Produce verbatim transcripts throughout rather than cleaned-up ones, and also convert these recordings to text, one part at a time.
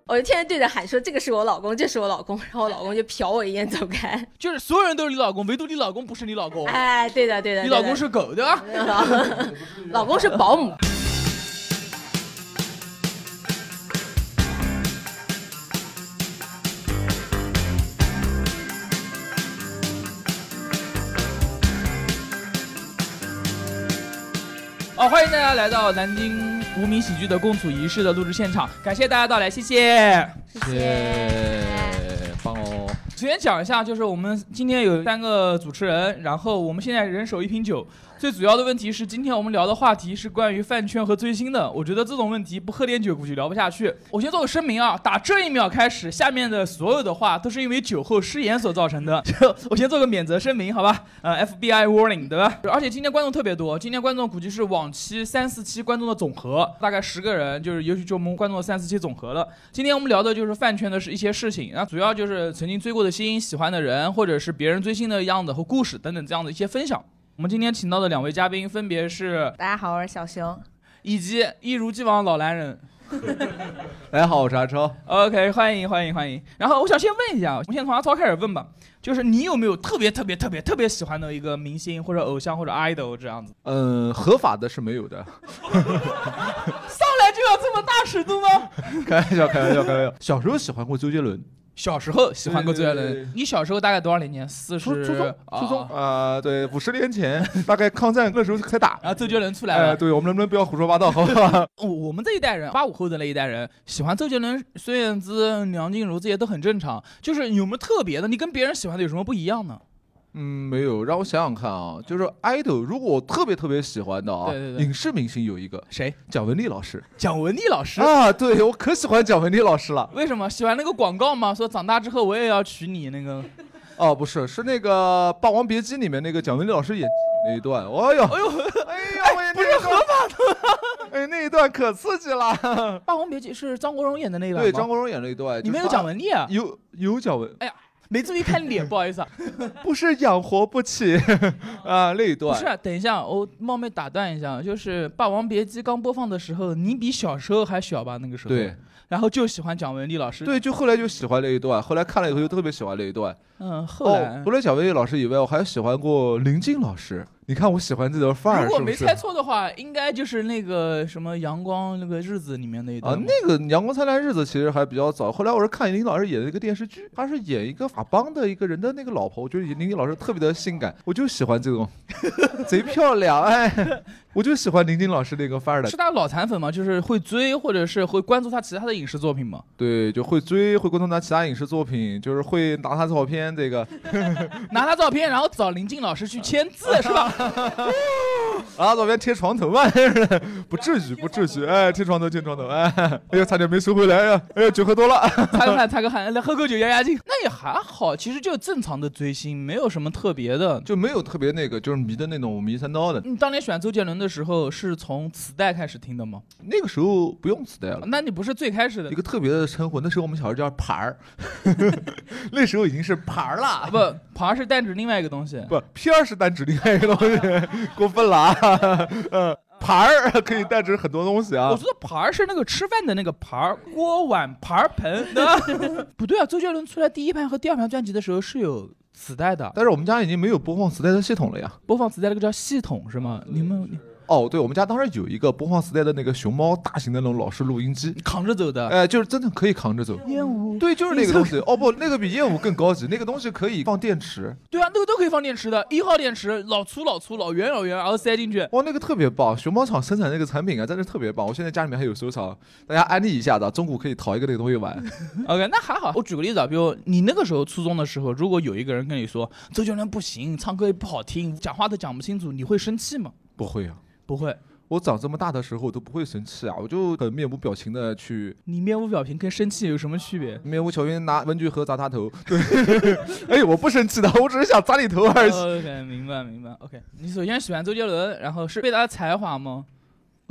我就天天对着喊说这个是我老公，这是我老公，然后我老公就瞟我一眼走开。 就是所有人都是你老公，唯独你老公不是你老公。 哎，对的对的， 你老公是狗对吧？ 老公是保姆。 好、哦，欢迎大家来到南京无名喜剧的共处一室的录制现场，感谢大家到来，谢谢， 谢谢， 棒哦。 首先讲一下，就是我们今天有三个主持人，然后我们现在人手一瓶酒。最主要的问题是，今天我们聊的话题是关于饭圈和追星的。我觉得这种问题不喝点酒估计聊不下去。我先做个声明啊，打这一秒开始，下面的所有的话都是因为酒后失言所造成的。我先做个免责声明，好吧？呃 ，F B I warning， 对吧？而且今天观众特别多，今天观众估计是往期三四期观众的总和，大概十个人，就是也许就我们观众的三四期总和了。今天我们聊的就是饭圈的是一些事情，然后主要就是曾经追过的星、喜欢的人，或者是别人追星的样子和故事等等这样的一些分享。我们今天请到的两位嘉宾分别是， 大家好，我是小熊， 以及一如既往老男人。 大家好，我是阿超。 OK， 欢迎欢迎欢迎。然后我想先问一下，我先从阿超开始问吧，就是你有没有特别特别特别特别喜欢的一个明星或者偶像或者 idol 这样子？ 嗯，合法的是没有的。 上来就要这么大尺度吗？ 开玩笑，开玩笑，开玩笑。小时候喜欢过周杰伦。 小时候喜欢过周杰伦，你小时候大概多少年前？四十初中，初中啊、 呃，对，五十年前，大概抗战那时候才打。 然后周杰伦出来了， 呃、对，我们能不能不要胡说八道，好不好？ 我们这一代人，八五后的那一代人，喜欢周杰伦、孙燕姿、梁静茹这些都很正常。就是有没有特别的？你跟别人喜欢的有什么不一样呢？ 嗯，没有，让我想想看啊，就是 idol， 如果我特别特别喜欢的啊， 对对对， 影视明星有一个谁？ 蒋雯丽老师。 蒋雯丽老师啊，对，我可喜欢蒋雯丽老师了。 为什么？喜欢那个广告吗？说长大之后我也要娶你那个？ 哦，不是，是那个《霸王别姬》里面那个蒋雯丽老师演那一段。哎呦，哎呦，哎呦， 哎不是合法的。 哎，那一段可刺激了。 《霸王别姬》是张国荣演的那一段吗？ 对，张国荣演了一段。 里面有蒋雯丽啊？ 有有蒋雯。 哎呀。没注意看脸，不好意思啊。 不是养活不起啊那一段。 不是，等一下，我冒昧打断一下，就是《霸王别姬》刚播放的时候，你比小时候还小吧？那个时候。 对。 然后就喜欢蒋雯丽老师。 对，就后来就喜欢那一段，后来看了以后就特别喜欢那一段。 嗯，后来。 哦、除了蒋雯丽老师以外，我还喜欢过林静老师。你看我喜欢这种范儿， 如果没猜错的话，应该就是那个什么阳光那个日子里面那一段啊，那个阳光灿烂日子其实还比较早。后来我是看林老师演的一个电视剧，他是演一个法帮的一个人的那个老婆，我觉得林老师特别的性感，我就喜欢这种贼漂亮，哎，我就喜欢林静老师那个范儿的。 是他老残粉吗？就是会追或者是会关注他其他的影视作品吗？ 对，就会追，会关注他其他影视作品，就是会拿他照片，这个拿他照片，然后找林静老师去签字，是吧？ 啊，照片贴床头嘛，不至于，不至于，哎，贴床头，贴床头，哎，哎呀，差点没收回来呀，哎呀，酒喝多了， 擦个汗，擦个汗，来喝口酒压压惊，那也还好，其实就正常的追星，没有什么特别的， 就没有特别那个，就是迷的那种迷三刀的。 你当年喜欢周杰伦的时候，是从磁带开始听的吗？ 那个时候不用磁带了， 那你不是最开始的一个特别的称呼，那时候我们小时候叫牌儿，那时候已经是牌儿了， 不，牌儿是单指另外一个东西， 不，片儿是单指另外一个东西，过分了啊。嗯，盘儿可以代指很多东西啊。 我觉得盘儿是那个吃饭的那个盘儿，锅碗盘儿盆，对吧？不对啊，周杰伦出来第一盘和第二盘专辑的时候是有磁带的， 但是我们家已经没有播放磁带的系统了呀。 播放磁带那个叫系统是吗？你们。 哦，对，我们家当时有一个播放磁带的那个熊猫大型的那种老式录音机， 扛着走的， 哎、呃，就是真的可以扛着走。 燕舞， 对，就是那个东西。哦不，那个比燕舞更高级，那个东西可以放电池。 对啊，那个都可以放电池的，一号电池，老粗老粗，老圆老圆，然后塞进去。 哇，那个特别棒，熊猫厂生产那个产品啊，真的特别棒。我现在家里面还有收藏，大家安利一下的，中午可以淘一个那个东西玩。 OK， 那还好。我举个例子啊，比如你那个时候初中的时候，如果有一个人跟你说周杰伦不行，唱歌也不好听，讲话都讲不清楚，你会生气吗？ 不会啊， 不会。 我长这么大的时候我都不会生气啊，我就很面无表情的去。 你面无表情跟生气有什么区别？ 面无表情拿文具盒砸他头。对，哎，我不生气的，我只是想砸你头而已。 Oh, OK， 明白明白。OK， 你首先喜欢周杰伦，然后是被他的才华吗？ 啊，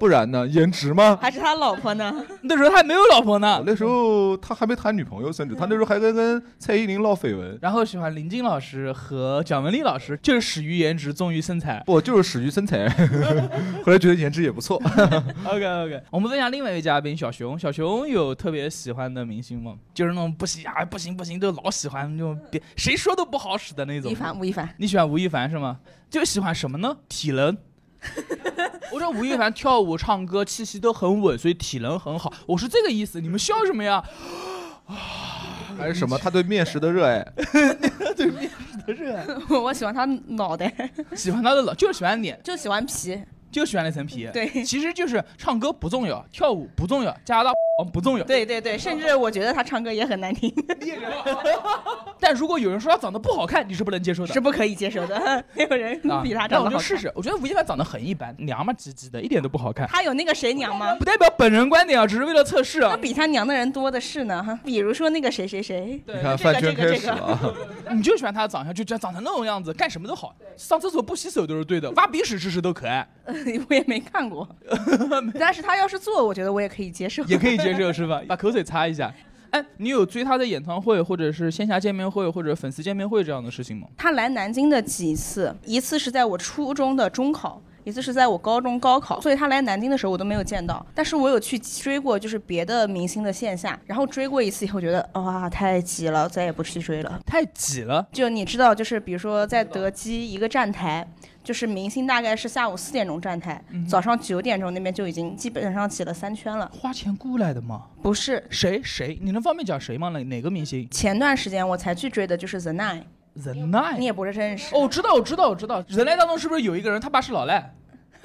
不然呢？颜值吗？ 还是他老婆呢？ 那时候他还没有老婆呢。 那时候他还没谈女朋友，甚至他那时候还跟跟蔡依林闹绯闻。 然后喜欢林静老师和蒋雯丽老师，就是始于颜值，重于身材。 不，就是始于身材。后来觉得颜值也不错。 OK OK， 我们分享另外一位嘉宾小熊。小熊有特别喜欢的明星吗？就是那种不行啊，不行不行，都老喜欢那种别谁说都不好使的那种。 吴亦凡，吴亦凡。 你喜欢吴亦凡是吗？就喜欢什么呢？体能。我说吴亦凡跳舞唱歌气息都很稳，所以体能很好。我是这个意思，你们笑什么呀？ 还是什么？他对面食的热爱。 对面食的热爱。 我喜欢他脑袋。 喜欢他的脑，就是喜欢脸， 就喜欢皮。 就喜欢那层皮。 对， 其实就是唱歌不重要，跳舞不重要，加拿大不重要。 对对对，甚至我觉得他唱歌也很难听。 但如果有人说他长得不好看，你是不能接受的， 是不可以接受的。没有人比他长得好看。 那我就试试。我觉得吴亦凡长得很一般，娘嘛唧唧的，一点都不好看。 他有那个谁娘吗？ 不代表本人观点啊，只是为了测试啊。 比他娘的人多的是呢，比如说那个谁谁谁。 你看饭圈开始了。 你就喜欢他的长相，就觉得长成那种样子，干什么都好，上厕所不洗手都是对的，挖鼻屎试试都可爱。 我也没看过，但是他要是做，我觉得我也可以接受， 也可以接受是吧？把口水擦一下。哎，你有追他的演唱会，或者是线下见面会，或者粉丝见面会这样的事情吗？ 他来南京的几次，一次是在我初中的中考，一次是在我高中高考，所以他来南京的时候我都没有见到。但是我有去追过，就是别的明星的线下，然后追过一次以后觉得哇太挤了，再也不去追了。 太挤了？ 就你知道，就是比如说在德基一个站台。就是明星大概是下午四点钟站台，嗯、早上九点钟那边就已经基本上挤了三圈了。 花钱雇来的吗？ 不是。 谁谁？你能方便讲谁吗？哪哪个明星？ 前段时间我才去追的就是 The Nine。The Nine？ 你也不是认识？ 哦，知道，我知道，我知道。人类当中是不是有一个人，他爸是老赖？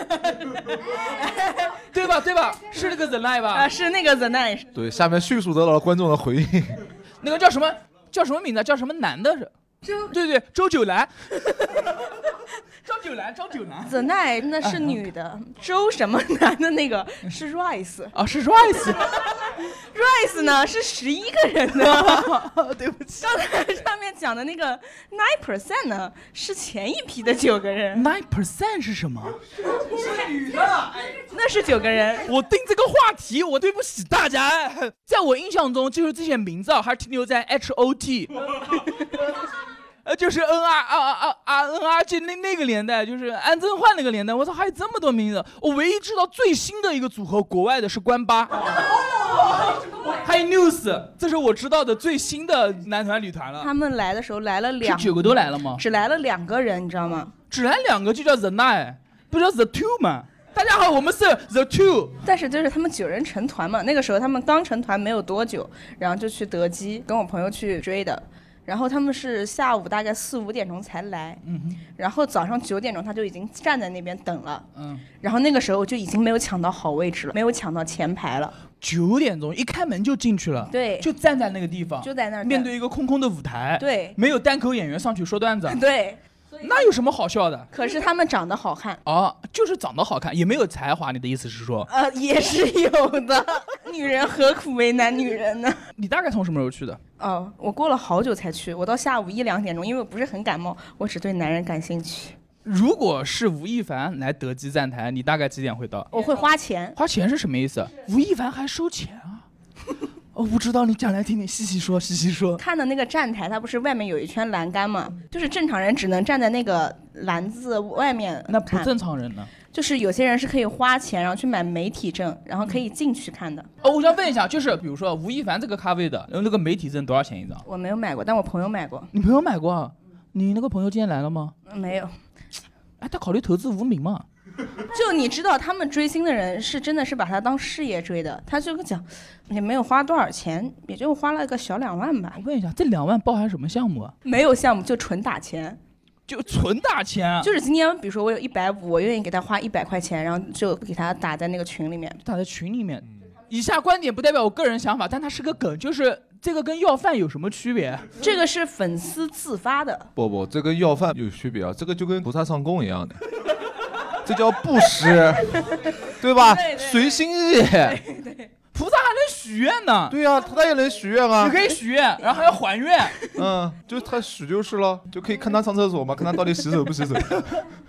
对吧？对吧？是那个 The Nine 吧？ 啊，是那个 The Nine。 对，下面迅速得到了观众的回应。 那个叫什么？叫什么名字？叫什么男的？周对对，周九兰。张九兰，张九兰 ，The Nine 那是女的，哎、周什么男的那个是 Rice 啊，是 Rice，Rice 呢是十一个人的， 对不起。 刚才上面讲的那个 nine percent 呢是前一批的九个人 ，nine percent 是什么？ 是女的， 那是九个人。 我定这个话题，我对不起大家。在我印象中，就是这些名字啊，还停留在 H O T。呃，就是 N R R R R N R G 那那个年代，就是安贞焕那个年代，我操，还有这么多名字！我唯一知道最新的一个组合，国外的是关八，还有 News， 这是我知道的最新的男团女团了。 他们来的时候来了两， 九个都来了吗？ 只来了两个人，你知道吗？ 只来两个就叫 The Nine， 不叫 The Two 吗？大家好，我们是 The Two。 但是就是他们九人成团嘛，那个时候他们刚成团没有多久，然后就去德基跟我朋友去追的。然后他们是下午大概四五点钟才来， 嗯、 然后早上九点钟他就已经站在那边等了， 嗯， 然后那个时候就已经没有抢到好位置了，没有抢到前排了。 九点钟一开门就进去了， 对， 就站在那个地方， 就在那儿面对一个空空的舞台， 对， 没有单口演员上去说段子， 对。 那有什么好笑的？ 可是他们长得好看哦，就是长得好看，也没有才华。你的意思是说？ 呃，也是有的。女人何苦为难女人呢？ 你大概从什么时候去的？ 哦，我过了好久才去，我到下午一两点钟，因为我不是很感冒，我只对男人感兴趣。 如果是吴亦凡来德基站台，你大概几点会到？ 我会花钱。 花钱是什么意思？吴亦凡还收钱啊？我、哦、不知道，你讲来听听，细细说，细细说。 看的那个站台，它不是外面有一圈栏杆嘛？就是正常人只能站在那个栏子外面。 那不正常人呢？ 就是有些人是可以花钱，然后去买媒体证，然后可以进去看的。 哦，我想问一下，就是比如说吴亦凡这个咖位的，然后那个媒体证多少钱一张？ 我没有买过，但我朋友买过。 你朋友买过啊？你那个朋友今天来了吗？ 没有。 哎，他考虑投资无名嘛？ 就你知道，他们追星的人是真的是把他当事业追的。他就讲，也没有花多少钱，也就花了个小两万吧。 我问一下，这两万包含什么项目啊？ 没有项目，就纯打钱。 就纯打钱啊？ 就是今天，比如说我有一百五，我愿意给他花一百块钱，然后就给他打在那个群里面。 打在群里面。以下观点不代表我个人想法，但它是个梗，就是这个跟要饭有什么区别？ 这个是粉丝自发的。 不不，这跟要饭有区别啊，这个就跟菩萨上供一样的。这叫布施，对吧？ 对对对随心意。 对对， 菩萨还能许愿呢。 对呀、啊，他也能许愿啊。 你可以许愿，然后还要还愿。 嗯，就他许就是了，就可以看他上厕所嘛，看他到底洗手不洗手。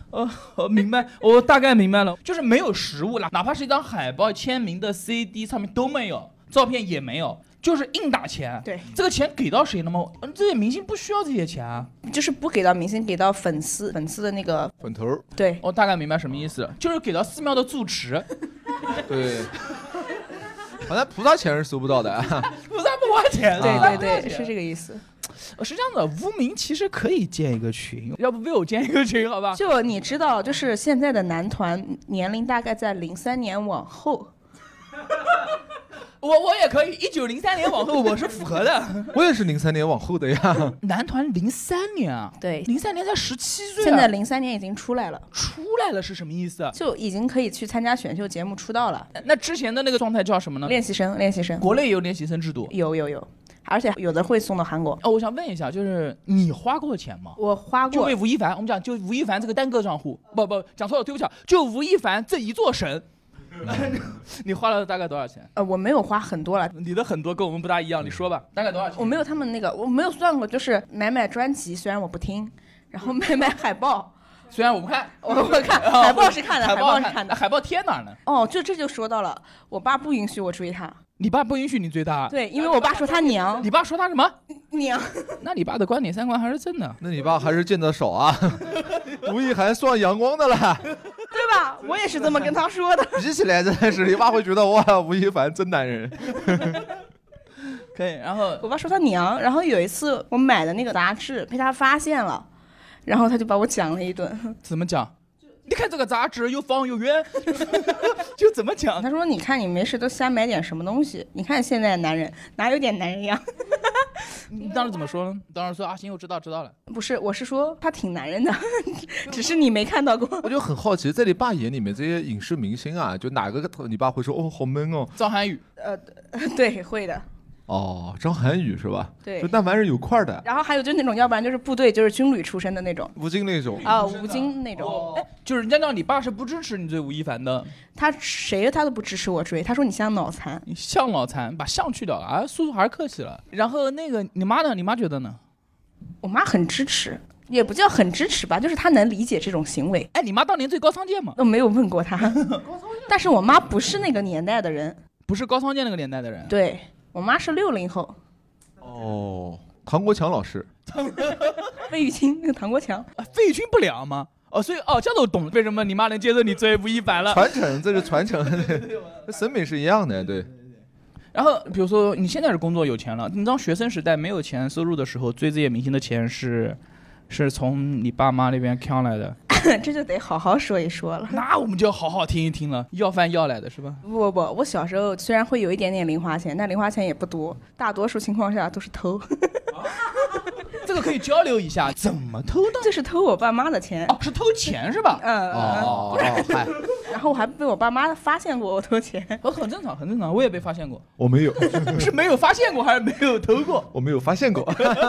呃，我明白，我大概明白了，就是没有实物，哪怕是一张海报、签名的 C D 上面都没有，照片也没有，就是硬打钱。 对， 这个钱给到谁了吗？嗯，这些明星不需要这些钱啊。 就是不给到明星，给到粉丝，粉丝的那个粉头。 对， 我大概明白什么意思了，就是给到寺庙的住持。 对。好像菩萨钱是收不到的、啊， 菩萨不花钱。 对对对对，是这个意思。 是这样的，无名其实可以建一个群，要不为我建一个群，好吧？ 就你知道，就是现在的男团年龄大概在零三年往后。 我我也可以，一九零三年往后我是符合的。 我也是零三年往后的呀。 男团零三年啊？ 对， 零三年才十七岁、啊。 现在零三年已经出来了。 出来了是什么意思？ 就已经可以去参加选秀节目出道了。 那之前的那个状态叫什么呢？ 练习生，练习生。 国内也有练习生制度？ 有有有，而且有的会送到韩国。 哦，我想问一下，就是你花过钱吗？ 我花过。 就为吴亦凡，我们讲就吴亦凡这个单个账户，不不，讲错了，对不起，就吴亦凡这一座神。你花了大概多少钱？ 呃，我没有花很多了。 你的很多跟我们不大一样，你说吧，大概多少钱？ 我没有他们那个，我没有算过，就是买买专辑，虽然我不听，然后买买海报， 虽然我不看， 我我看海报是看的，海报是看的。 海报贴哪呢？ 哦，就这就说到了，我爸不允许我追他。 你爸不允许你追他？ 对，因为我爸说他娘。 你爸说他什么？ 娘。 那你爸的观点三观还是正的。 那你爸还是见得少啊。吴亦涵算阳光的了， 对吧？我也是这么跟他说的。 比起来真的是，你爸会觉得哇，吴亦凡真男人。 可以，然后我爸说他娘，然后有一次我买的那个杂志被他发现了，然后他就把我讲了一顿。 怎么讲？你看这个杂志又方又圆，就怎么讲？ 他说：“你看你没事都瞎买点什么东西，你看现在的男人哪有点男人样？” 你当时怎么说呢？当时说啊，行，我知道知道了。 不是，我是说他挺男人的，只是你没看到过。 我就很好奇，在你爸眼里面这些影视明星啊，就哪个你爸会说哦好 man 哦？ 张涵予。 呃，对，会的。 哦，张涵予是吧？ 对， 就那玩意儿有块的。 然后还有就是那种，要不然就是部队，就是军旅出身的那种。 吴京那种啊，吴京那种。 哎、哦，就是人家讲你爸是不支持你追吴亦凡的。 他谁他都不支持我追，他说你像脑残。 你像脑残，把像去掉了啊，叔叔还是客气了。然后那个你妈呢？你妈觉得呢？ 我妈很支持，也不叫很支持吧，就是她能理解这种行为。 哎，你妈当年追高仓健吗？ 我没有问过她，但是我妈不是那个年代的人， 不是高仓健那个年代的人。 对，我妈是六零后。 哦，唐国强老师， 费玉清、唐国强， 啊、费玉清不良吗？哦，所以哦，这样都懂为什么你妈能接受你追吴亦凡了。 传承，这是传承，审美是一样的，对。 然后比如说你现在是工作有钱了，你当学生时代没有钱收入的时候，追这些明星的钱是是从你爸妈那边扛来的。 这就得好好说一说了。 那我们就要好好听一听了，要饭要来的是吧？ 不不不，我小时候虽然会有一点点零花钱，但零花钱也不多，大多数情况下都是偷。 这个可以交流一下，怎么偷的？ 就是偷我爸妈的钱。 哦，是偷钱是吧？ 嗯哦哦，嗨。 然后我还被我爸妈发现过我偷钱。 哦，很正常，很正常，我也被发现过。 我没有， 是没有发现过还是没有偷过？ 我没有发现过。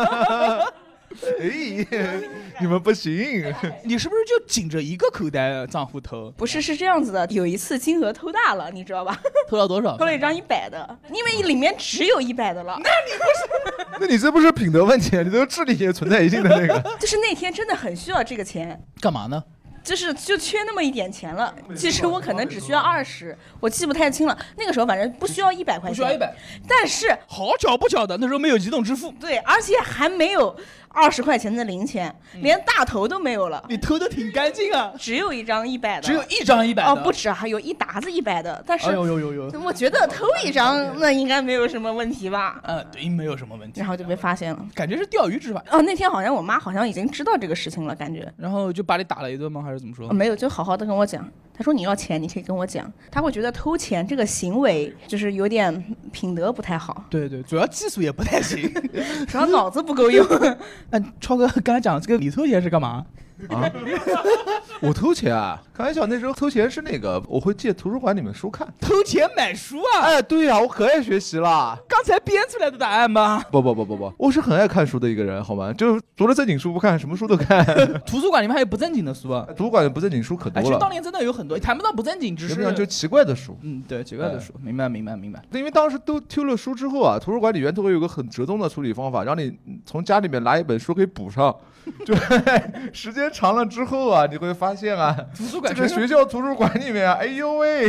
哎，你们不行！ 你是不是就紧着一个口袋账户偷？ 不是，是这样子的，有一次金额偷大了，你知道吧？ 偷到多少？ 偷了一张一百的，因为里面只有一百的了。 那你不是？ 那你这不是品德问题，你这个智力也存在一定的那个。 就是那天真的很需要这个钱， 干嘛呢？ 就是就缺那么一点钱了，其实我可能只需要二十，我记不太清了。那个时候反正不需要一百块钱， 不需要一百， 但是好巧不巧的，那时候没有移动支付， 对，而且还没有二十块钱的零钱，连大头都没有了。 你偷的挺干净啊， 只有一张一百的， 只有一张一百的， 哦，不止，还有一沓子一百的。但是， 哎呦呦呦呦， 我觉得偷一张那应该没有什么问题吧？ 嗯，对，没有什么问题。 然后就被发现了， 感觉是钓鱼执法。 哦，那天好像我妈好像已经知道这个事情了，感觉。 然后就把你打了一顿吗？还是怎么说？ 哦、没有，就好好的跟我讲。他说你要钱，你可以跟我讲。他会觉得偷钱这个行为就是有点品德不太好。 对对，主要技术也不太行， 主要脑子不够用。 嗯，超哥刚才讲这个你偷钱是干嘛？ 啊，我偷钱啊！开玩笑，那时候偷钱是那个，我会借图书馆里面书看。 偷钱买书啊？ 哎，对呀、啊，我可爱学习了。 刚才编出来的答案吧？ 不不不不不，我是很爱看书的一个人，好吗？就除了正经书不看，什么书都看。 图书馆里面还有不正经的书啊？ 图书馆里不正经书可多了。 哎，其实当年真的有很多，谈不到不正经，只是就奇怪的书。 嗯，对，奇怪的书，明白明白明白。 因为当时都丢了书之后啊，图书管理员都会有个很折中的处理方法，让你从家里面拿一本书给补上。就时间长了之后啊，你会发现啊， 图书馆这个学校图书馆里面啊，哎呦喂。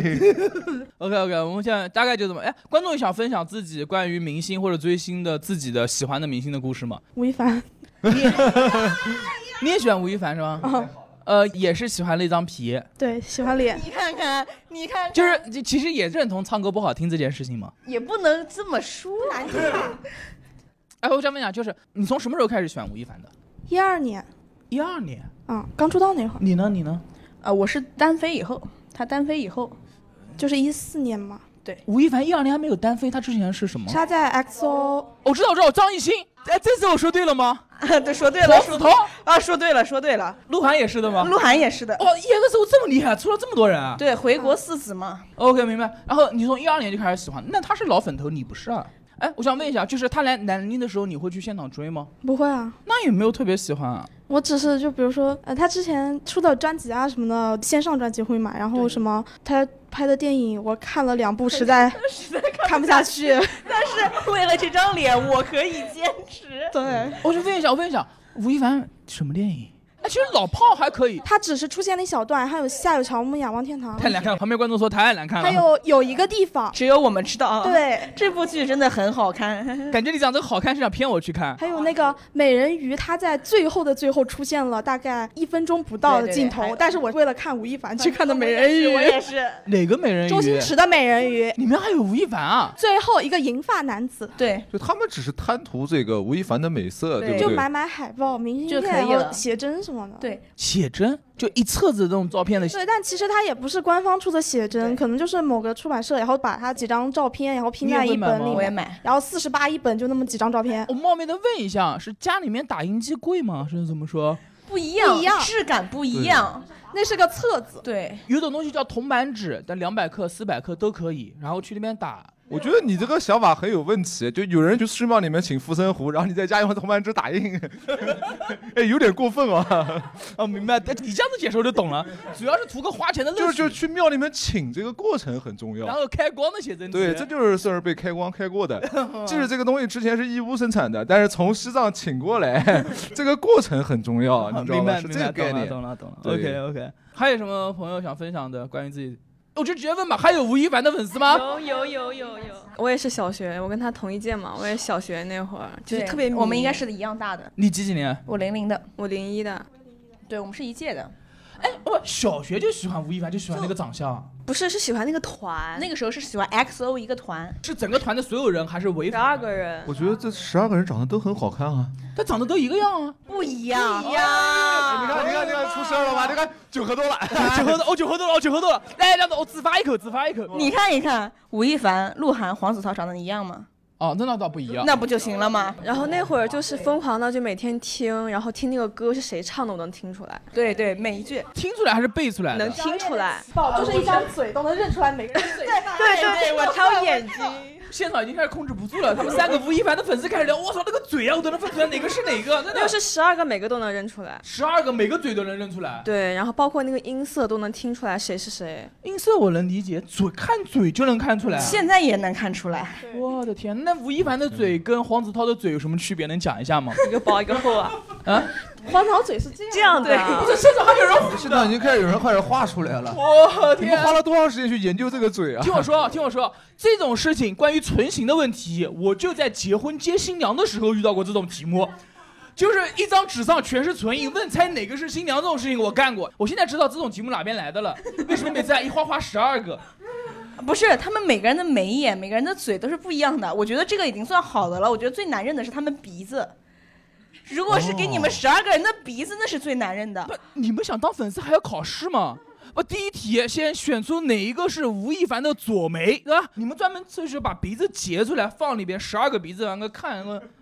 OK OK， 我们现在大概就这么。哎，观众想分享自己关于明星或者追星的自己的喜欢的明星的故事吗？ 吴亦凡。 你也你也喜欢吴亦凡是吗？ 哦呃，也是喜欢那张皮。 对，喜欢脸。 你看看，你看看， 就是其实也认同唱歌不好听这件事情吗？ 也不能这么说。 哎，我想问一下，就是你从什么时候开始喜欢吴亦凡的？ 一二年。 一二年。 嗯，刚出道那会儿。 你呢？你呢？ 呃，我是单飞以后，他单飞以后， 就是一四年嘛。 对， 吴亦凡一二年还没有单飞，他之前是什么？ 他在 X O。 我知道，我知道，张艺兴。哎，这次我说对了吗？ 对，说对了。 黄子韬啊，说对了，说对了。 鹿晗也是的吗？ 鹿晗也是的。 哦 ，E X O 这么厉害，出了这么多人啊！ 对，回国四子嘛。 OK， 明白。然后你从一二年就开始喜欢，那他是老粉头，你不是啊？哎，我想问一下，就是他来南宁的时候，你会去现场追吗？ 不会啊。 那也没有特别喜欢啊。 我只是就比如说，呃，他之前出的专辑啊什么的，线上专辑会买，然后什么他拍的电影，我看了两部，实在实在看不下去。 但是为了这张脸，我可以坚持。 对， 我就问一下，我问一下，吴亦凡什么电影？哎，其实老炮还可以， 他只是出现了一小段，还有夏有乔木仰望天堂， 太难看了。旁边观众说太难看了。 还有有一个地方， 只有我们知道啊。 对， 这部剧真的很好看。 感觉你讲这个好看是想骗我去看。 还有那个美人鱼，他在最后的最后出现了大概一分钟不到的镜头，对对对，但是我为了看吴亦凡去看的美人鱼。 我也是。 哪个美人鱼？ 周星驰的美人鱼。 里面还有吴亦凡啊？ 最后一个银发男子。 对， 就他们只是贪图这个吴亦凡的美色， 对, 对不对？ 就买买海报、明信片、写真什么的。 对。 写真就一册子这种照片的。 对，但其实它也不是官方出的写真，可能就是某个出版社，然后把它几张照片，然后拼在一本里面。 我也买。 然后四十八一本，就那么几张照片。 我冒昧的问一下，是家里面打印机贵吗？是怎么说？ 不一样， 不一样， 质感不一样。 那是个册子。 对， 有种东西叫铜版纸，但两百克、四百克都可以，然后去那边打。 我觉得你这个想法很有问题，就有人去世贸里面请护身符，然后你在家用铜版纸打印，哎，有点过分啊！ 哦，明白，你这样子解释我就懂了，主要是图个花钱的乐趣。 就是就去庙里面请这个过程很重要， 然后开光的写真集。 对，这就是算是被开光开过的。即使这个东西之前是义乌生产的，但是从西藏请过来，这个过程很重要，你知道吗？是这个概念。 懂了，懂了，懂了。OK OK， 还有什么朋友想分享的关于自己？我就直接问吧，还有吴亦凡的粉丝吗？ 有有有有有，我也是小学，我跟他同一届嘛，我也小学那会儿就是特别迷。 我们应该是一样大的。 你几几年？ 我零零的， 我零一的。 对，我们是一届的。 哎，我小学就喜欢吴亦凡，就喜欢那个长相。 不是，是喜欢那个团。 那个时候是喜欢 X O 一个团， 是整个团的所有人还是唯十二个人？ 我觉得这十二个人长得都很好看啊， 他长得都一个样啊， 不一样， 不一样。 你看，你看，你看，出声了吧？你看酒喝多了， 酒喝多，哦，酒喝多了，哦，酒喝多了。来，这样子，我自发一口，自发一口。 你看一看，吴亦凡、鹿晗、黄子韬长得一样吗？ 哦，那那倒不一样， 那不就行了吗？ 然后那会儿就是疯狂的，就每天听，然后听那个歌是谁唱的，我能听出来。 对对，每一句听出来还是背出来的？ 能听出来， 就是一张嘴都能认出来每个人嘴。 对对对，我挑眼睛。 现场已经开始控制不住了，他们三个吴亦凡的粉丝开始聊，我操，那个嘴啊，我都能分出来哪个是哪个，真的。 就是十二个，每个都能认出来。 十二个，每个嘴都能认出来。 对，然后包括那个音色都能听出来谁是谁。 音色我能理解，嘴看嘴就能看出来。 现在也能看出来。 我的天，那吴亦凡的嘴跟黄子韬的嘴有什么区别？能讲一下吗？ 一个薄一个厚啊。 啊？ 黄子韬嘴是这样的。 不是，现场还有人， 现在已经开始有人开始画出来了。 我天！ 你们花了多长时间去研究这个嘴啊？ 听我说，听我说，这种事情关于唇形的问题，我就在结婚接新娘的时候遇到过这种题目，就是一张纸上全是唇印，问猜哪个是新娘这种事情我干过。我现在知道这种题目哪边来的了，为什么每次一画画十二个？ 不是，他们每个人的眉眼、每个人的嘴都是不一样的。我觉得这个已经算好的了。我觉得最难认的是他们鼻子。如果是给你们十二个人的鼻子，那是最难认的。 不，你们想当粉丝还要考试吗？我第一题先选出哪一个是吴亦凡的左眉，对吧？你们专门就是把鼻子截出来放里边，十二个鼻子，然后看，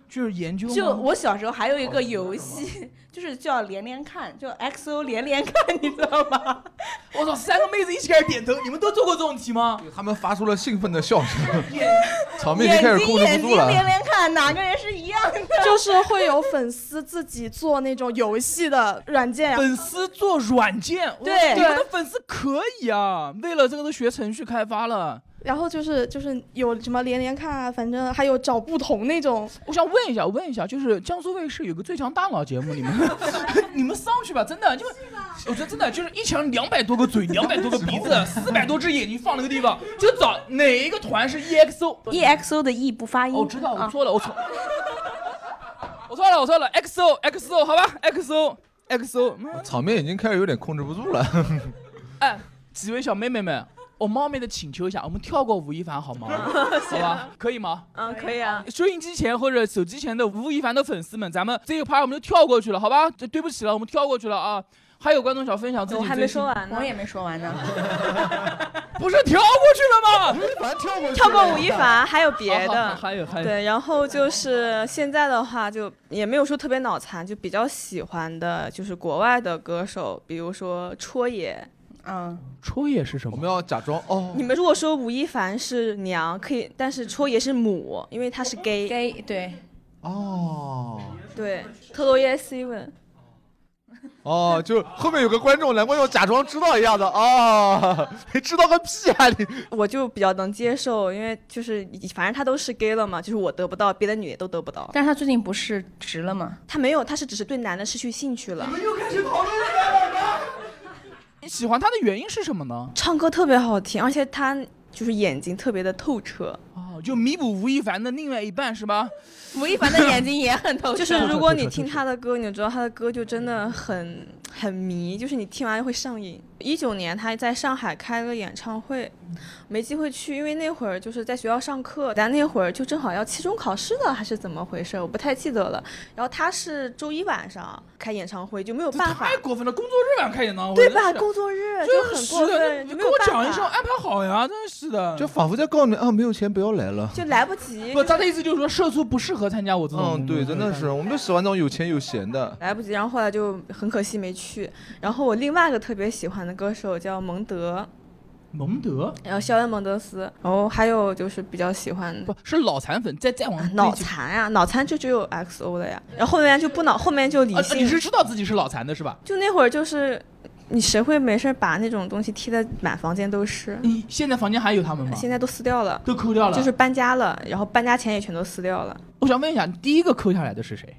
就是研究吗？ 就我小时候还有一个游戏，就是叫连连看，叫 X O 连连看，你知道吗？ 我操，三个妹子一起开始点头，你们都做过这种题吗？ 他们发出了兴奋的笑声，场面已眼经开始睛眼睛控制不住了。 连连看，哪个人是一样的？ 就是会有粉丝自己做那种游戏的软件， 粉丝做软件， 对你们的粉丝可以啊，为了这个都学程序开发了。 然后就是就是有什么连连看啊，反正还有找不同那种。 我想问一下，问一下，就是江苏卫视有个最强大脑节目，你们你们上去吧，真的，因为我觉得真的就是一墙两百多个嘴，两百多个鼻子，四百多只眼睛放那个地方，就找哪一个团是 E X O，E X O 的 E 不发音。 我知道，我错了，我错，我错了，我错了 ，X O X O 好吧 ，X O X O， 场面已经开始有点控制不住了。 哎，几位小妹妹们。我冒昧的请求一下，我们跳过吴亦凡好吗？好吧，可以吗？ 嗯，可以啊。 收音机前或者手机前的吴亦凡的粉丝们，咱们这个趴我们就跳过去了，好吧？对不起了，我们跳过去了啊。还有观众想分享自己， 我还没说完呢， 我也没说完呢。 不是跳过去了吗？ 吴亦凡跳过去， 跳过吴亦凡，还有别的， 好好还有还有。 对，然后就是现在的话，就也没有说特别脑残，就比较喜欢的就是国外的歌手，比如说戳野。 嗯， 戳野是什么？ 我们要假装哦。 你们如果说吴亦凡是娘，可以，但是戳野是母，因为他是 gay。 gay 对。 哦。 对，特洛耶 Seven。 哦，就后面有个观众，难怪要假装知道一样的哦，你知道个屁啊你！ 我就比较能接受，因为就是反正他都是 gay 了嘛，就是我得不到，别的女的都得不到。 但是他最近不是直了吗？ 他没有，他是只是对男的失去兴趣了。 你们又开始讨论了吗？ 你喜欢他的原因是什么呢？ 唱歌特别好听，而且他就是眼睛特别的透彻。 哦，就弥补吴亦凡的另外一半是吧？ 吴亦凡的眼睛也很透彻。 就是如果你听他的歌，你就知道他的歌就真的很很迷，就是你听完会上瘾。一九年他在上海开了演唱会，没机会去，因为那会儿就是在学校上课，但那会儿就正好要期中考试了，还是怎么回事，我不太记得了。然后他是周一晚上开演唱会，就没有办法。 太过分了，工作日晚开演唱会， 对吧？工作日就很过分， 你跟我讲一声，安排好呀，真是的。 就仿佛在告诉你啊，没有钱不要来了， 就来不及。 不，他的意思就是说，社畜不适合参加我这种。 嗯，对，真的是，我们就喜欢那种有钱有闲的。 来不及，然后后来就很可惜没去。然后我另外一个特别喜欢的歌手叫蒙德。 蒙德， 然后肖恩·蒙德斯，然后还有就是比较喜欢不是脑残粉，再再往脑残啊，脑残就只有 X O 了呀，然后后面就不脑，后面就理性。 啊、你是知道自己是脑残的是吧？ 就那会儿就是，你谁会没事把那种东西贴在满房间都是？ 你现在房间还有他们吗？ 现在都撕掉了， 都抠掉了， 就是搬家了，然后搬家钱也全都撕掉了。 我想问一下，第一个抠下来的是谁？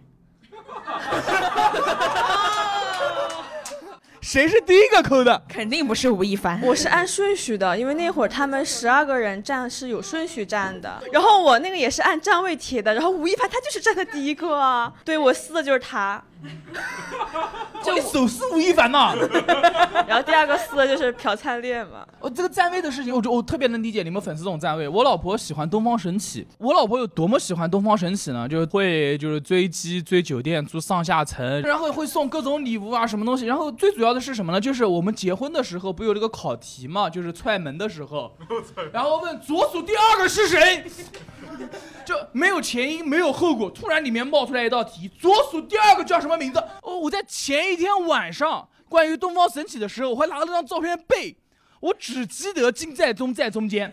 谁是第一个抠的？ 肯定不是吴亦凡。 我是按顺序的，因为那会儿他们十二个人站是有顺序站的，然后我那个也是按站位贴的，然后吴亦凡他就是站的第一个啊，对我撕的就是他。 就你手撕吴亦凡呐， 然后第二个撕的就是朴灿烈嘛。 我这个站位的事情，我我特别能理解你们粉丝这种站位。我老婆喜欢东方神起，我老婆有多么喜欢东方神起呢？就是会就是追机、追酒店、住上下层，然后会送各种礼物啊，什么东西。然后最主要的是什么呢？就是我们结婚的时候不有那个考题嘛，就是踹门的时候，然后问左数第二个是谁。就没有前因没有后果，突然里面冒出来一道题，左数第二个叫什么名字？哦，我在前一天晚上关于东方神起的时候，我还拿了张照片背，我只记得金在中在中间，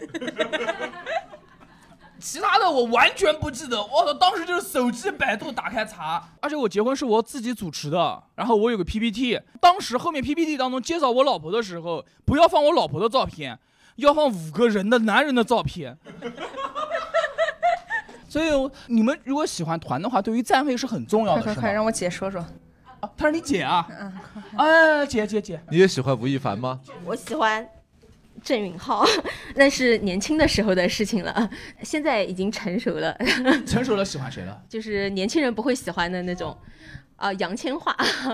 其他的我完全不记得。我操，当时就是手机百度打开查，而且我结婚是我自己主持的，然后我有个 P P T， 当时后面 P P T 当中介绍我老婆的时候，不要放我老婆的照片，要放五个人的男人的照片。所以你们如果喜欢团的话，对于站位是很重要的， 快快快，让我姐说说。 啊，她是你姐啊？嗯，哎，姐姐姐， 你也喜欢吴亦凡吗？ 我喜欢郑允浩，那是年轻的时候的事情了，现在已经成熟了。 成熟了，喜欢谁了？ 就是年轻人不会喜欢的那种，啊、呃，杨千嬅。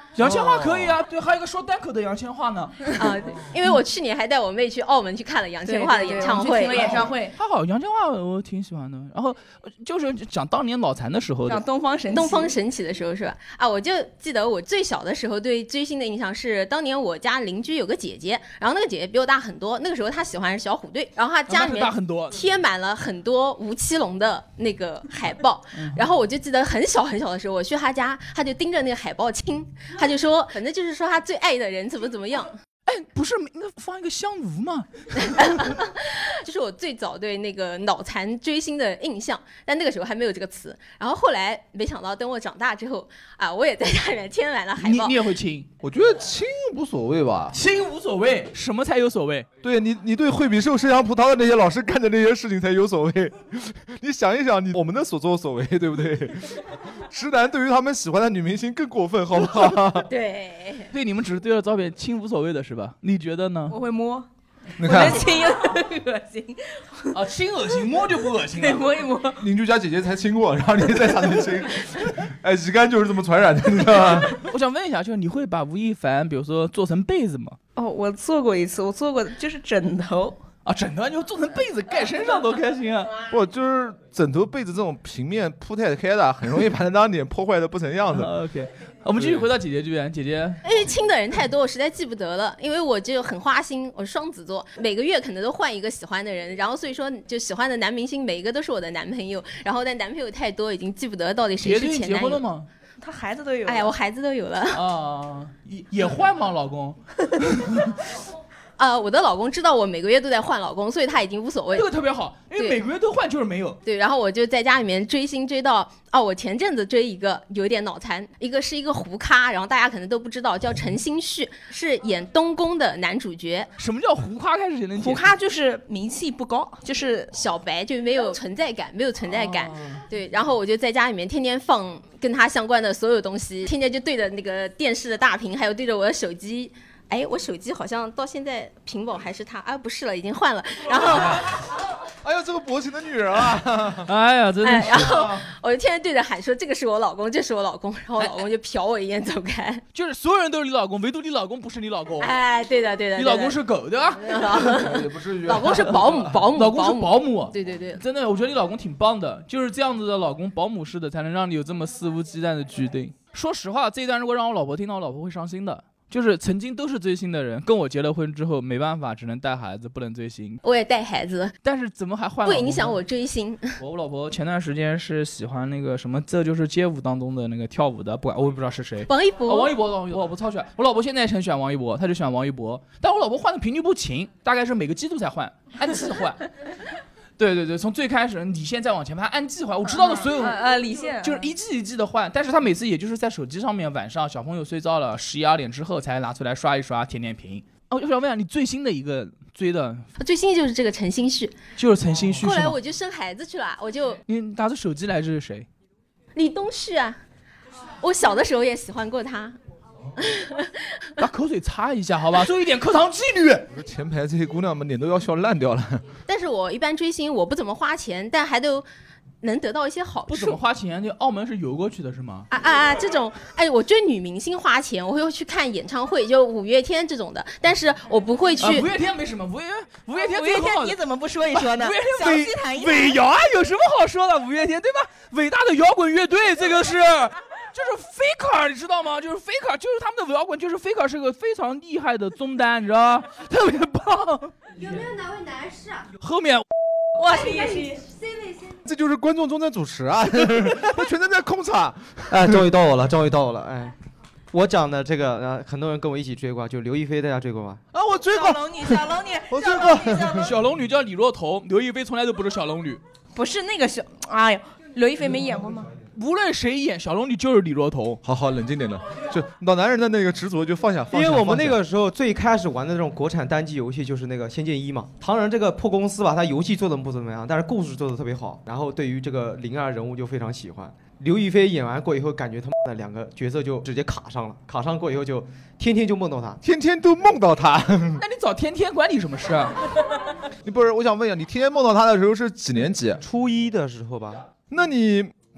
杨千嬅可以啊，对，还有一个说单口的杨千嬅呢。 啊，对，因为我去年还带我妹去澳门去看了杨千嬅的演唱会， 听了演唱会。 她好，杨千嬅我挺喜欢的。然后就是讲当年脑残的时候的， 讲东方神起， 东方神起的时候是吧？啊，我就记得我最小的时候对追星的印象是，当年我家邻居有个姐姐，然后那个姐姐比我大很多，那个时候她喜欢小虎队，然后她家里面大很多， 贴满了很多吴奇隆的那个海报，然后我就记得很小很小的时候，我去她家，她就盯着那个海报亲，她就说，反正就是说她最爱的人怎么怎么样。 哎，不是应该放一个香炉吗？ 就是我最早对那个脑残追星的印象，但那个时候还没有这个词。然后后来没想到，等我长大之后啊，我也在家里面贴满了海报。 你你也会亲？ 我觉得亲无所谓吧， 亲无所谓，什么才有所谓？ 对你，你对惠比寿、麝香葡萄的那些老师干的那些事情才有所谓。你想一想，你我们的所作所为，对不对？直男对于他们喜欢的女明星更过分，好不好？ 对， 对你们只是对着照片亲无所谓的是吧？你觉得呢？ 我会摸。 你看， 亲又恶心啊，亲恶心，摸就不恶心了。 对，摸一摸。 邻居家姐姐才亲过，然后你再想着亲，哎，乙肝就是这么传染的，你知道吗？ 我想问一下，就是你会把吴亦凡，比如说做成被子吗？ 哦，我做过一次，我做过就是枕头。 啊，枕头你就做成被子盖身上多开心啊！ 不，就是枕头被子这种平面铺太开的，很容易把那张脸破坏的不成样子。 uh, OK， 我们继续回到姐姐这边，姐姐。 因为亲的人太多，我实在记不得了。因为我就很花心，我是双子座，每个月可能都换一个喜欢的人，然后所以说就喜欢的男明星每一个都是我的男朋友，然后但男朋友太多，已经记不得到底谁是前男友。 姐姐结婚了吗？ 他孩子都有。 哎呀，我孩子都有了。 啊，也也换吗，老公？ 啊、呃，我的老公知道我每个月都在换老公，所以他已经无所谓。 这个特别好，因为每个月都换就是没有。 对，然后我就在家里面追星追到，哦，我前阵子追一个有点脑残，一个是一个胡咖，然后大家可能都不知道，叫陈星旭，是演东宫的男主角。 什么叫胡咖？开始能胡咖就是名气不高，就是小白，就没有存在感，没有存在感。哦、对，然后我就在家里面天天放跟他相关的所有东西，天天就对着那个电视的大屏，还有对着我的手机。哎，我手机好像到现在屏保还是他啊，不是了，已经换了。然后， 哎呀，这个薄情的女人啊！ 哎呀，真的是。 哎、然后我就天天对着喊说：“这个是我老公，这是我老公。”然后我老公就瞟我一眼走开。 就是所有人都是你老公，唯独你老公不是你老公。 哎，对的，对的。 你老公是狗对吧？ 也不至于。 老公是保姆，保姆， 老公是保姆。 对对对， 真的，我觉得你老公挺棒的，就是这样子的老公，保姆式的，才能让你有这么肆无忌惮的决定。说实话，这一段如果让我老婆听到，我老婆会伤心的。就是曾经都是追星的人，跟我结了婚之后没办法，只能带孩子，不能追星。 我也带孩子， 但是怎么还换老公？ 不影响我追星。 我老婆前段时间是喜欢那个什么，这就是街舞当中的那个跳舞的，不管我也不知道是谁。 王一博。 哦、王一博，我老婆超喜欢。我老婆现在很喜欢王一博，她就喜欢王一博。但我老婆换的频率不勤，大概是每个季度才换，按季换。对对对，从最开始李现再往前拍，按季换。我知道的所有， 呃李现就是一季一季的换，但是他每次也就是在手机上面，晚上小朋友睡着了，十一二点之后才拿出来刷一刷，填填屏。哦，我想问一下，你最新的一个追的， 最新就是这个陈星旭， 就是陈星旭。 后来我就生孩子去了，我就你拿着手机来，这是谁？ 李东旭啊，我小的时候也喜欢过他。 把口水擦一下，好吧，做一点课堂纪律。 前排这些姑娘们脸都要笑烂掉了。 但是我一般追星，我不怎么花钱，但还都能得到一些好处。 不怎么花钱，那澳门是游过去的是吗？ 啊啊啊！这种，哎，我追女明星花钱，我会去看演唱会，就五月天这种的，但是我不会去。 啊、五月天没什么，五月五月天五月天你怎么不说一说呢？ 五月天尾尾摇啊，有什么好说的？五月天对吧？伟大的摇滚乐队，这个是。就是 Faker 你知道吗？就是 Faker 就是他们的摇滚，就是 Faker 是个非常厉害的中单，你知道吗？特别棒。 有没有哪位男士啊？ 后面哇是也是 C 位先。 这就是观众中的主持啊，我全程在控场。 哎，终于到我了，终于到我了，哎。我讲的这个，呃，很多人跟我一起追过，就刘亦菲，大家追过吗？ 啊，我追过。 小龙女，小龙女， 我追过。 小龙女叫李若彤，刘亦菲从来都不是小龙女。 不是那个小，哎呦，刘亦菲没演过吗？ 无论谁演小龙女就是李若彤。 好好冷静点了，就老男人的那个执着就放下放下。 因为我们那个时候最开始玩的这种国产单机游戏就是那个《仙剑一》嘛。唐人这个破公司吧，他游戏做的不怎么样，但是故事做的特别好。然后对于这个灵儿人物就非常喜欢。刘亦菲演完过以后，感觉他妈的两个角色就直接卡上了，卡上过以后就天天就梦到他， 天天都梦到他。 那你找天天关你什么事啊？ 你不是，我想问一下，你天天梦到他的时候是几年级？ 初一的时候吧。 那你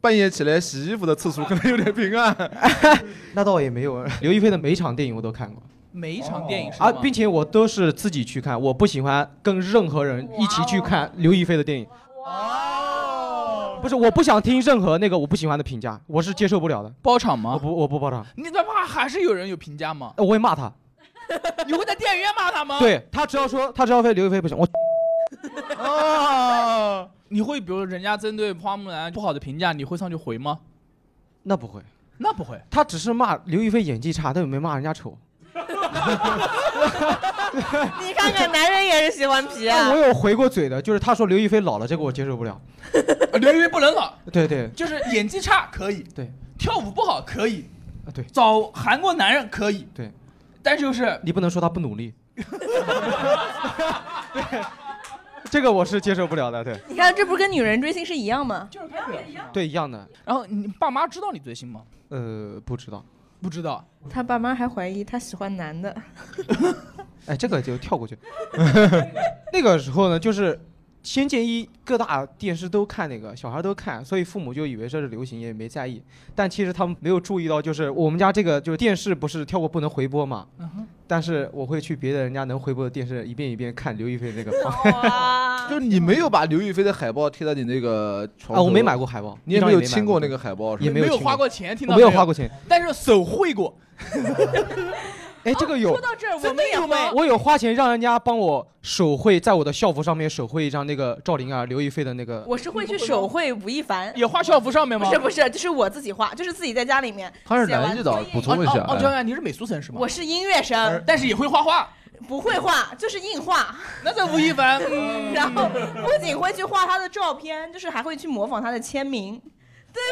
半夜起来洗衣服的次数可能有点频繁。 那倒也没有，刘亦菲的每一场电影我都看过。 每一场电影是啊，并且我都是自己去看，我不喜欢跟任何人一起去看刘亦菲的电影。哦，不是，我不想听任何那个我不喜欢的评价，我是接受不了的。 包场吗？ 我不，我不包场。 你他妈还是有人有评价吗？ 我会骂他。 你会在电影院骂他吗？ 对，他只要说他只要说刘亦菲不行，我。 啊，你会比如人家针对花木兰不好的评价，你会上去回吗？ 那不会， 那不会。 他只是骂刘亦菲演技差，但又没骂人家丑。 你看看，男人也是喜欢皮啊。 我有回过嘴的，就是他说刘亦菲老了，这个我接受不了。 刘亦菲不能老。 对对， 就是演技差可以， 对， 跳舞不好可以， 啊对， 找韩国男人可以， 对， 但是就是你不能说他不努力。对，这个我是接受不了的。对， 你看这不是跟女人追星是一样吗？ 就是开始一样。 对，一样的。 然后你爸妈知道你追星吗？ 呃，不知道。 不知道， 他爸妈还怀疑他喜欢男的。 哎，这个就跳过去。那个时候呢，就是《仙剑一》各大电视都看，那个小孩都看，所以父母就以为这是流行，也没在意。但其实他们没有注意到，就是我们家这个就是电视不是跳过不能回播嘛。嗯、但是我会去别的人家能回播的电视一遍一遍看刘亦菲那个。 就是你没有把刘亦菲的海报贴在你那个床头啊？我没买过海报， 你也没有亲过那个海报， 也没有花过钱，听到没有花过钱， 但是手绘过。 哎，这个有。 说到这儿，我们也会。 我有花钱让人家帮我手绘，在我的校服上面手绘一张那个赵灵儿、刘亦菲的那个。 我是会去手绘吴亦凡， 也画校服上面吗？ 不是不是，就是我自己画，就是自己在家里面。 他是男艺的，补充一下。 哦，张远，你是美术生是吗？ 我是音乐生， 但是也会画画。 不会画，就是硬画。 那这吴亦凡， 嗯、然后不仅会去画他的照片，就是还会去模仿他的签名，对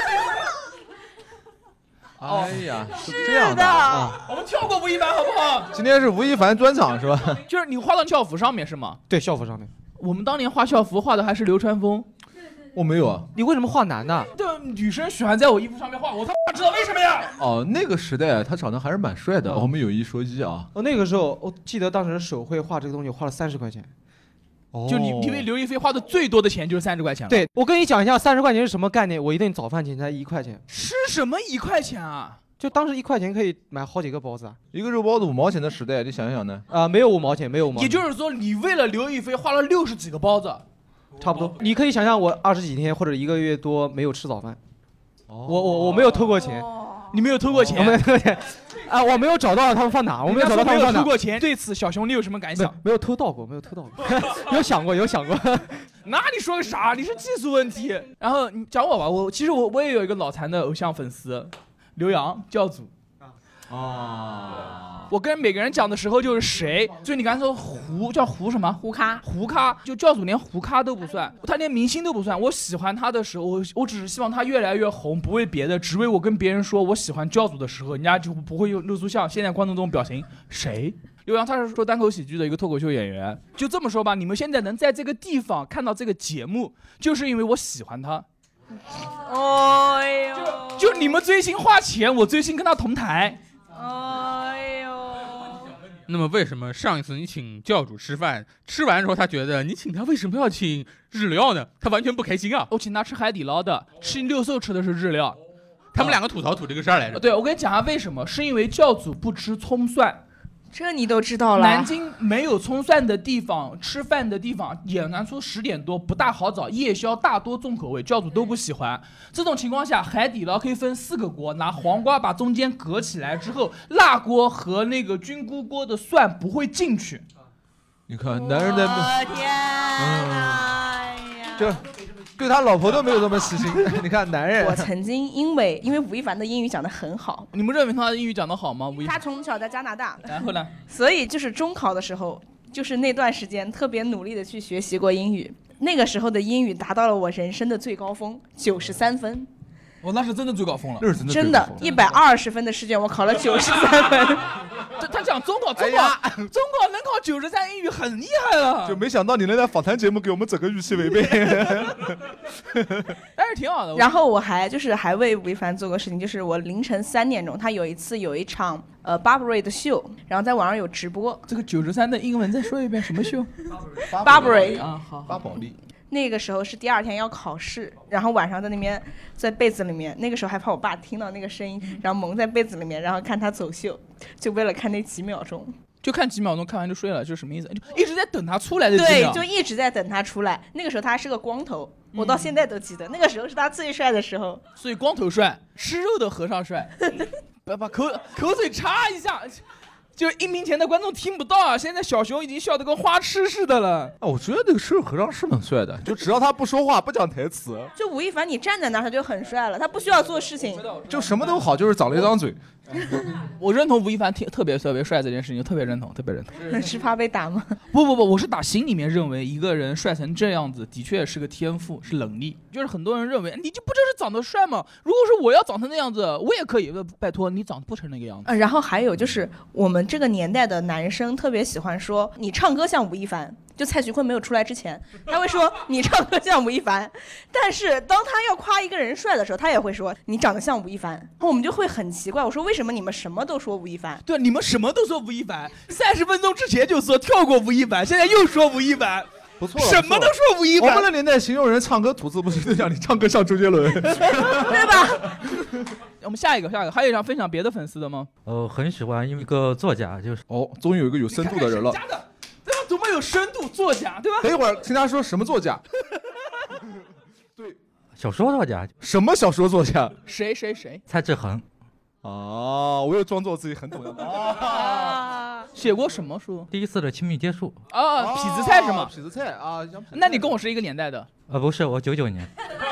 吧？哎呀， 是这样的。 啊、 我们跳过吴亦凡好不好？ 今天是吴亦凡专场是吧？ 就是你画到校服上面是吗？ 对，校服上面。 我们当年画校服画的还是流川枫。 我没有啊。 你为什么画男的？ 对，女生喜欢在我衣服上面画，我他妈知道为什么呀？ 哦，那个时代他长得还是蛮帅的。我们有一说一啊。 哦，那个时候我记得当时手绘画这个东西花了三十块钱。 哦。 就你因为刘亦菲花的最多的钱就是三十块钱了。 对，我跟你讲一下三十块钱是什么概念。我一顿早饭钱才一块钱。 吃什么一块钱啊？ 就当时一块钱可以买好几个包子啊。 一个肉包子五毛钱的时代，你想想呢？ 啊、呃，没有五毛钱，没有五毛钱。 也就是说，你为了刘亦菲花了六十几个包子。 差不多，你可以想象我二十几天或者一个月多没有吃早饭。哦、我我我没有偷过钱， 你没有偷过钱， 我没有偷过钱，啊，我没有找到他们放哪，我没有找到他们放哪。 偷过钱，对此小熊你有什么感想？ 没有偷到过，没有偷到过，有想过，有想过。 那你说个啥？你是技术问题。然后你讲我吧，我其实我我也有一个脑残的偶像粉丝，刘洋教主。啊，我跟每个人讲的时候就是谁，就你刚才说胡叫胡什么胡咖胡咖，就教主连胡咖都不算，他连明星都不算。我喜欢他的时候，我我只是希望他越来越红，不为别的，只为我跟别人说我喜欢教主的时候，人家就不会露出像现在观众这种表情。谁？刘洋他是说单口喜剧的一个脱口秀演员，就这么说吧，你们现在能在这个地方看到这个节目，就是因为我喜欢他。 哦呦， 就就你们追星花钱，我追星跟他同台。 哎呦， 那么为什么上一次你请教主吃饭，吃完之后他觉得你请他为什么要请日料呢？他完全不开心啊！ 我请他吃海底捞的，吃六兽吃的是日料， 他们两个吐槽吐这个事儿来着。 对，我跟你讲下为什么，是因为教主不吃葱蒜。 这你都知道了。 南京没有葱蒜的地方，吃饭的地方，演南出十点多不大好找，夜宵大多重口味，教主都不喜欢。这种情况下，海底捞可以分四个锅，拿黄瓜把中间隔起来之后，辣锅和那个菌菇锅的蒜不会进去。 你看，男人的， 我天哪！ 这对他老婆都没有这么细心。你看，男人。 我曾经因为因为吴亦凡的英语讲得很好， 你们认为他的英语讲得好吗？吴亦凡他从小在加拿大， 然后呢？ 所以就是中考的时候，就是那段时间特别努力的去学习过英语。那个时候的英语达到了我人生的最高峰，九十三分。 我、哦、那是真的最高峰了， 那是真的真的，一百二十分的试卷我考了九十三分。 他他讲中考，中考，哎、中考能考九十三，英语很厉害了。 就没想到你能在访谈节目给我们整个预期违背。 但是挺好的。 然后我还就是还为吴亦凡做过事情，就是我凌晨三点钟，他有一次有一场呃 Burberry 的秀，然后在网上有直播。 这个九十三的英文再说一遍，什么秀？ Burberry 啊，好， 巴宝莉。 那个时候是第二天要考试，然后晚上在那边在被子里面，那个时候还怕我爸听到那个声音，然后蒙在被子里面，然后看他走秀，就为了看那几秒钟。 就看几秒钟，看完就睡了，这是什么意思？就一直在等他出来的几秒。 对，就一直在等他出来。那个时候他还是个光头，我到现在都记得，嗯、那个时候是他最帅的时候。 所以光头帅，吃肉的和尚帅。把把口口水擦一下。就音频前的观众听不到啊！现在小熊已经笑得跟花痴似的了。 啊，我觉得那个吃肉和尚是蛮帅的，就只要他不说话、不讲台词。 就吴亦凡，你站在那儿他就很帅了，他不需要做事情， 就什么都好，就是长了一张嘴。 我认同吴亦凡特别特别帅这件事情，特别认同，特别认同。 是怕被打吗？ 不不不，我是打心里面认为一个人帅成这样子，的确是个天赋，是能力。就是很多人认为你就不就是长得帅吗？如果说我要长成那样子，我也可以。拜托，你长得不成那个样子。 嗯，然后还有就是我们这个年代的男生特别喜欢说你唱歌像吴亦凡。就蔡徐坤没有出来之前，他会说你唱歌像吴亦凡，但是当他要夸一个人帅的时候，他也会说你长得像吴亦凡。然后我们就会很奇怪，我说为什么你们什么都说吴亦凡？ 对，你们什么都说吴亦凡，三十分钟之前就说跳过吴亦凡，现在又说吴亦凡， 不错， 什么都说吴亦凡。 我们的年代形容人唱歌吐字不清的像你唱歌像周杰伦， 对吧？ 我们下一个，下一个，还有想分享别的粉丝的吗？ 呃，很喜欢一个作家，就是哦，终于有一个有深度的人了。 对吧？怎么有深度作家，对吧？ 等一会儿听他说什么作家？对， 小说作家。 什么小说作家？ 谁谁谁？ 蔡志恒。 哦，我又装作自己很懂的。 啊，写过什么书？ 第一次的亲密接触。 啊，痞子蔡是吗？ 痞子蔡啊， 那你跟我是一个年代的？ 呃，不是，我九九年。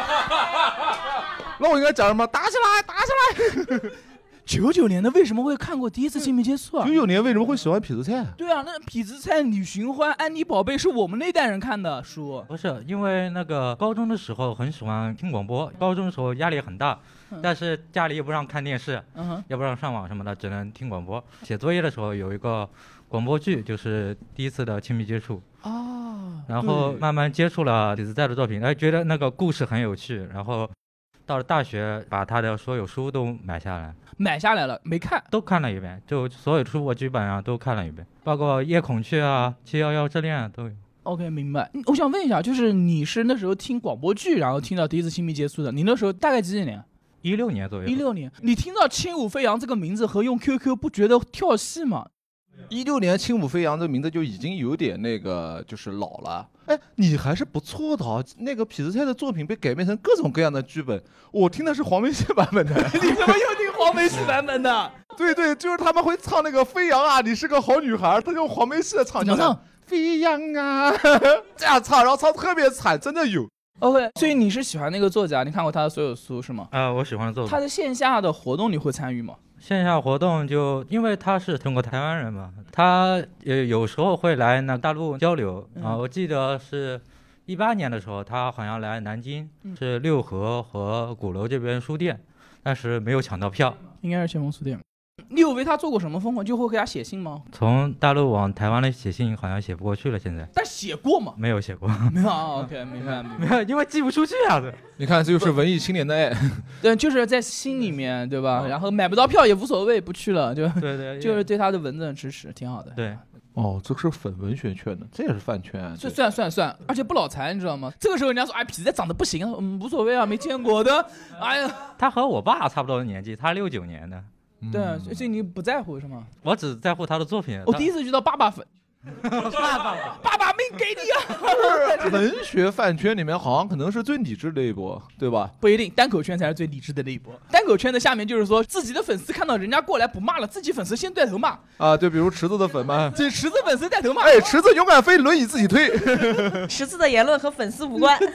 那我应该讲什么？打起来，打起来！ 九九年的为什么会看过第一次亲密接触啊？ 九九年为什么会喜欢痞子蔡？ 对啊，那痞子蔡、李寻欢、安妮宝贝是我们那代人看的书。 不是，因为那个高中的时候很喜欢听广播，高中的时候压力很大，嗯、但是家里又不让看电视，嗯、也不让上网什么的，只能听广播。写作业的时候有一个广播剧，就是第一次的亲密接触。 哦。 然后慢慢接触了痞子蔡的作品，哎，觉得那个故事很有趣，然后。到了大学，把他的所有书都买下来， 买下来了，没看， 都看了一遍，就所有书我基本上都看了一遍，包括《夜孔雀》啊，《七幺幺之恋》啊都有。 OK， 明白。我想问一下，就是你是那时候听广播剧，然后听到第一次亲密接触的，你那时候大概几几年？ 一六年左右。 一六年，你听到轻舞飞扬这个名字和用 Q Q 不觉得跳戏吗？ 一六年轻舞飞扬这名字就已经有点那个就是老了。哎，你还是不错的啊！那个痞子蔡的作品被改编成各种各样的剧本，我听的是黄梅戏版本的。 你怎么又听黄梅戏版本的？ 对对，就是他们会唱那个飞扬啊，你是个好女孩，他用黄梅戏的唱， 怎么唱？ 飞扬啊，这样唱，然后唱特别惨，真的有。 OK， 所以你是喜欢那个作家，你看过他的所有书是吗？ 啊、呃，我喜欢作者。 他的线下的活动你会参与吗？ 线下活动就因为他是中国台湾人嘛，他也有时候会来那大陆交流啊、嗯。我记得是一八年的时候，他好像来南京，嗯、是六合和鼓楼这边书店，但是没有抢到票。 应该是前锋书店。你有为他做过什么疯狂？就会给他写信吗？ 从大陆往台湾的写信好像写不过去了，现在。 但写过吗？ 没有写过。 没有、哦、OK， 明白明白。 没有，因为寄不出去啊。 你看，这就是文艺青年的爱。 对，就是在心里面，对吧？然后买不到票也无所谓，不去了，就对对， 就是对他的文字的支持，挺好的。 对。 哦，这是粉文学圈的，这也是饭圈、啊。 这算算算，而且不脑残，你知道吗？这个时候人家说，哎，痞子长得不行，嗯，无所谓啊，没见过的。哎呀， 他和我爸差不多的年纪，他六九年的。 对，所以你不在乎是吗？ 我只在乎他的作品。 我第一次遇到爸爸粉， 爸爸爸爸命给你啊！ 文学饭圈里面好像可能是最理智的一波，对吧？ 不一定，单口圈才是最理智的那一波。单口圈的下面就是说，自己的粉丝看到人家过来不骂了，自己粉丝先带头骂啊。对，比如池子的粉嘛， 这池子粉丝带头骂。 哎，池子勇敢飞，轮椅自己推。 池子的言论和粉丝无关。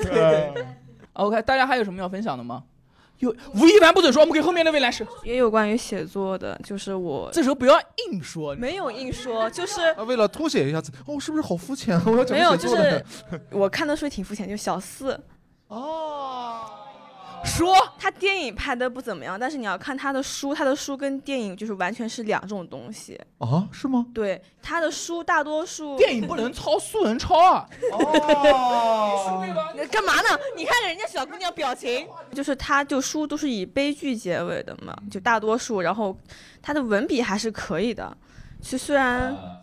OK， 大家还有什么要分享的吗？有吴亦凡不准说，我们给后面那位来说。 也有关于写作的，就是我这时候不要硬说， 没有硬说，就是为了凸显一下子，哦，是不是好肤浅？我要讲没有，就是我看的书挺肤浅，就小四。 哦， 说他电影拍的不怎么样，但是你要看他的书，他的书跟电影就是完全是两种东西啊？是吗？ 对，他的书大多数电影不能抄，书能抄啊。 哦，干嘛呢？你看人家小姑娘表情， 就是他就书都是以悲剧结尾的嘛，就大多数，然后他的文笔还是可以的，就虽然。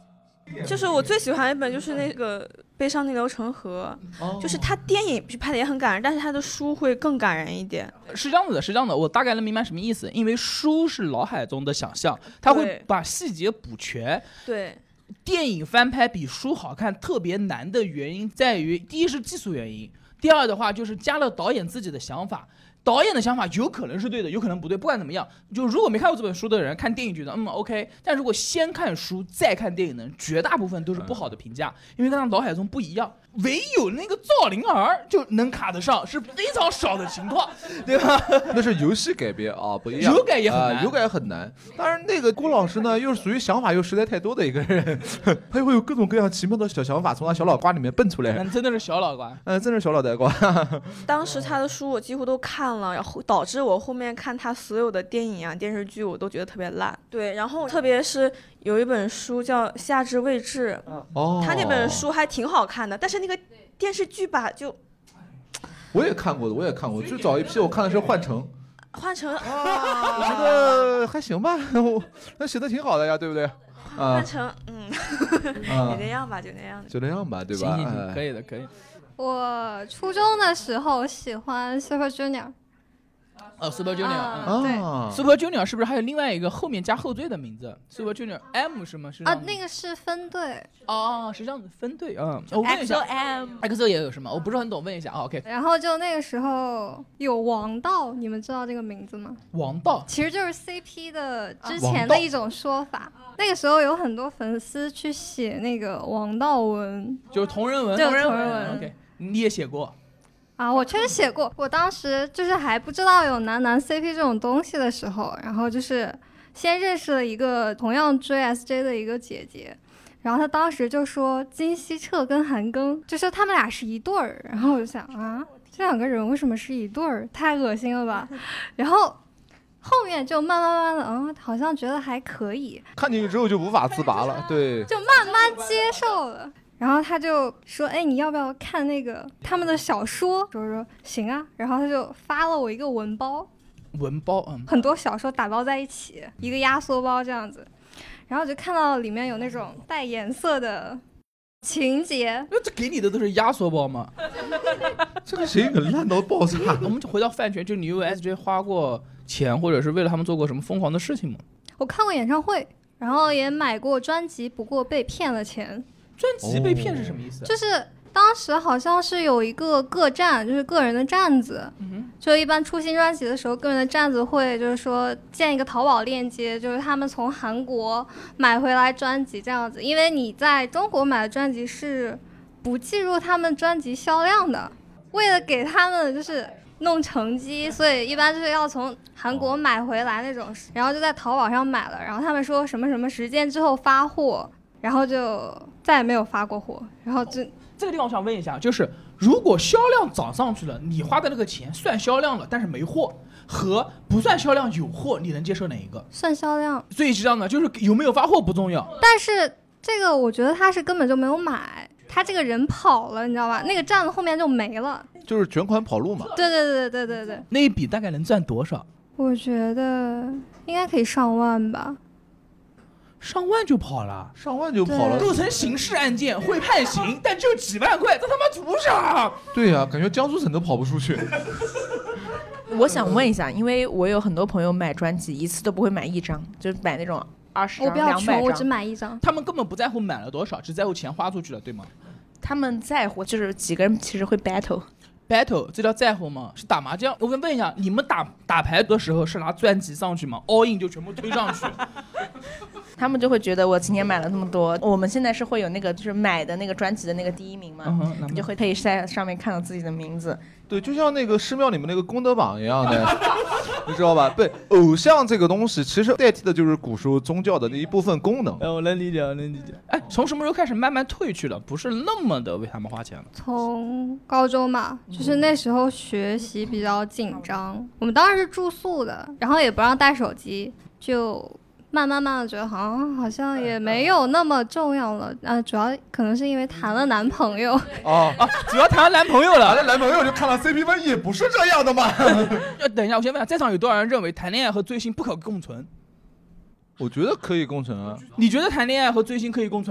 就是我最喜欢的一本就是那个《悲伤逆流成河》， 哦就是他电影拍的也很感人，但是他的书会更感人一点。 是这样子的，是这样的，我大概能明白什么意思。因为书是脑海中的想象，它会把细节补全。 对， 电影翻拍比书好看特别难的原因在于，第一是技术原因，第二的话就是加了导演自己的想法。导演的想法有可能是对的，有可能不对，不管怎么样，就如果没看过这本书的人看电影觉得嗯 OK， 但如果先看书再看电影的人，绝大部分都是不好的评价，因为跟他脑海中不一样。唯有那个赵灵儿就能卡得上，是非常少的情况，对吧？ 那是游戏改编啊，不一样。 有改也很难， 呃、有改很难。当然，那个郭老师呢，又是属于想法又实在太多的一个人，他又会有各种各样奇妙的小想法从他小脑瓜里面蹦出来。 嗯，真的是小脑瓜， 嗯，真是小脑袋瓜。 当时他的书我几乎都看了，然后导致我后面看他所有的电影啊、电视剧，我都觉得特别烂。对，然后特别是有一本书叫《夏至未至》， 哦， 他那本书还挺好看的，但是那个电视剧吧就。 我也看过的，我也看过。最早一批我看的是《幻城》。 换成啊， 我觉得还行吧，我那写的挺好的呀，对不对？啊， 换成嗯， 啊就那样吧，就那样， 就那样吧，对吧？ 行行行，可以的，可以。 我初中的时候喜欢 Super Junior。 哦 ，Super Junior， 嗯，对 ，Super Junior 是不是还有另外一个后面加后缀的名字 ？Super Junior M 是吗？是啊，那个是分队。 哦，是这样子分队啊。我问一下 ，X O M，X O 也有什么？我不是很懂，问一下啊。OK。 然后就那个时候有王道，你们知道这个名字吗？ 王道其实就是 C P 的之前的一种说法。那个时候有很多粉丝去写那个王道文， 就是同人文， 对，同人文。 OK， 你也写过。 啊，我确实写过。我当时就是还不知道有男男 C P 这种东西的时候，然后就是先认识了一个同样追 S J 的一个姐姐，然后她当时就说金希澈跟韩庚，就说他们俩是一对儿，然后我就想啊，这两个人为什么是一对儿？太恶心了吧！然后后面就慢慢慢的，嗯，好像觉得还可以， 看进去之后就无法自拔了，对， 就慢慢接受了。然后他就说：“哎，你要不要看那个他们的小说？”我说：“行啊。”然后他就发了我一个文包， 文包，嗯， 很多小说打包在一起，一个压缩包这样子。然后就看到里面有那种带颜色的情节。 那这给你的都是压缩包吗？ 这个谁可烂到爆炸？ 我们就回到饭圈，就你为 S J 花过钱，或者是为了他们做过什么疯狂的事情吗？ 我看过演唱会，然后也买过专辑，不过被骗了钱。 专辑被骗是什么意思？ 就是当时好像是有一个个站，就是个人的站子， 嗯、 就一般出新专辑的时候，个人的站子会就是说建一个淘宝链接，就是他们从韩国买回来专辑这样子，因为你在中国买的专辑是不计入他们专辑销量的，为了给他们就是弄成绩，所以一般就是要从韩国买回来那种，然后就在淘宝上买了，然后他们说什么什么时间之后发货，然后就再也没有发过货，然后就、哦、 这个地方我想问一下，就是如果销量涨上去了，你花的那个钱算销量了，但是没货，和不算销量有货，你能接受哪一个？ 算销量。 所以是这样的，就是有没有发货不重要， 但是这个我觉得他是根本就没有买，他这个人跑了，你知道吧？那个站子后面就没了， 就是卷款跑路嘛。 对对对对对对。 那一笔大概能赚多少？ 我觉得应该可以上万吧。 上万就跑了， 上万就跑了， 构成刑事案件会判刑，但就几万块，这他妈图啥？ 对呀、啊，感觉江苏省都跑不出去。 我想问一下，因为我有很多朋友买专辑一次都不会买一张，就买那种二十张、 我比较穷，我只买一张。 他们根本不在乎买了多少，只在乎钱花出去了，对吗？ 他们在乎，就是几个人其实会 battle。 battle 这叫在乎吗？是打麻将。我问一下，你们打打牌的时候是拿专辑上去吗 ？all in 就全部推上去。 他们就会觉得我今年买了那么多，我们现在是会有那个就是买的那个专辑的那个第一名嘛， 嗯、 你就会可以在上面看到自己的名字。 对，就像那个寺庙里面那个功德榜一样的，你知道吧？对，偶像这个东西其实代替的就是古时候宗教的那一部分功能。 哎，我能理解，我能理解。哎，从什么时候开始慢慢退去了？不是那么的为他们花钱了？ 从高中嘛，就是那时候学习比较紧张，我们当时是住宿的，然后也不让带手机，就慢慢慢的觉得好像好像也没有那么重要了啊，主要可能是因为谈了男朋友哦啊，主要谈了男朋友了， 谈了男朋友就看了 C P 分也不是这样的嘛。 等一下，我先问一下，在场有多少人认为谈恋爱和追星不可共存？ 我觉得可以共存啊。 你觉得谈恋爱和追星可以共存吗？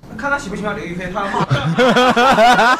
看他喜不喜欢刘亦菲，他骂。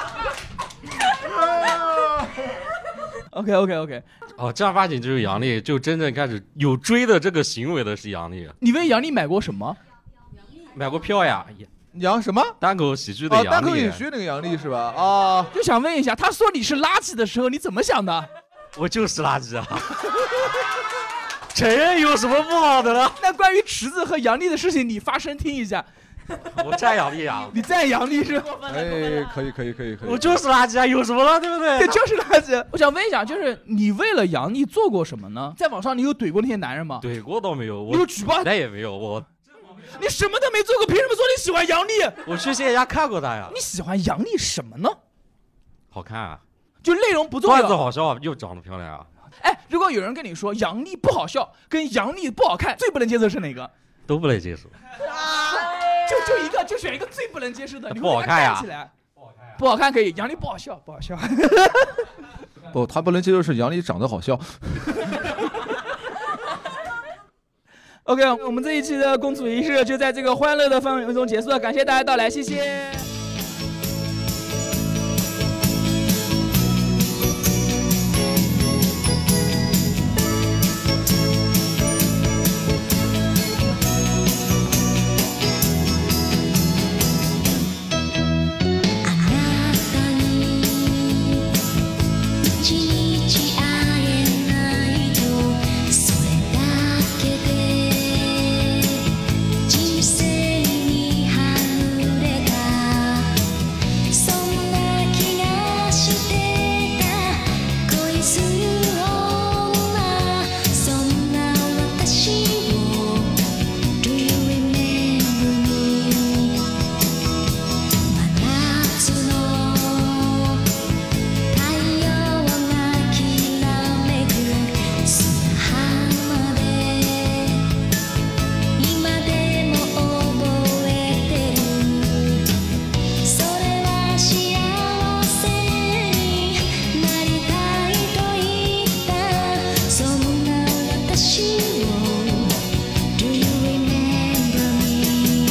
OK OK OK， 哦，正儿八经就是杨笠，就真正开始有追的这个行为的是杨笠。 你为杨笠买过什么？ 买过票呀。 杨什么？ 单口喜剧的杨笠。 哦，单口喜剧那个杨笠是吧？啊， 就想问一下，他说你是垃圾的时候，你怎么想的？ 我就是垃圾啊。承认有什么不好的呢？ 那关于池子和杨笠的事情，你发声听一下。 我赞杨笠啊！ 你赞杨笠是吧？ 哎，可以可以可以可以。 我就是垃圾啊，有什么了，对不对？ 对，就是垃圾。我想问一下，就是你为了杨笠做过什么呢？在网上你有怼过那些男人吗？ 怼过倒没有，我你有举报？ 那也没有，我。 你什么都没做过，凭什么说你喜欢杨笠？ 我去线下看过他呀。 你喜欢杨笠什么呢？ 好看啊。 就内容不重要。 段子好笑，又长得漂亮啊。 哎，如果有人跟你说杨笠不好笑，跟杨笠不好看，最不能接受是哪个？ 都不能接受。 就就一个，就选一个最不能接受的。 不好看呀。 不好看可以，杨笠不好笑，不好笑。 不，他不能接受是杨笠长得好笑。 OK， 我们这一期的公主仪式就在这个欢乐的氛围中结束了，感谢大家到来，谢谢。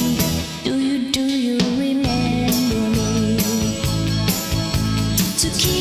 to keep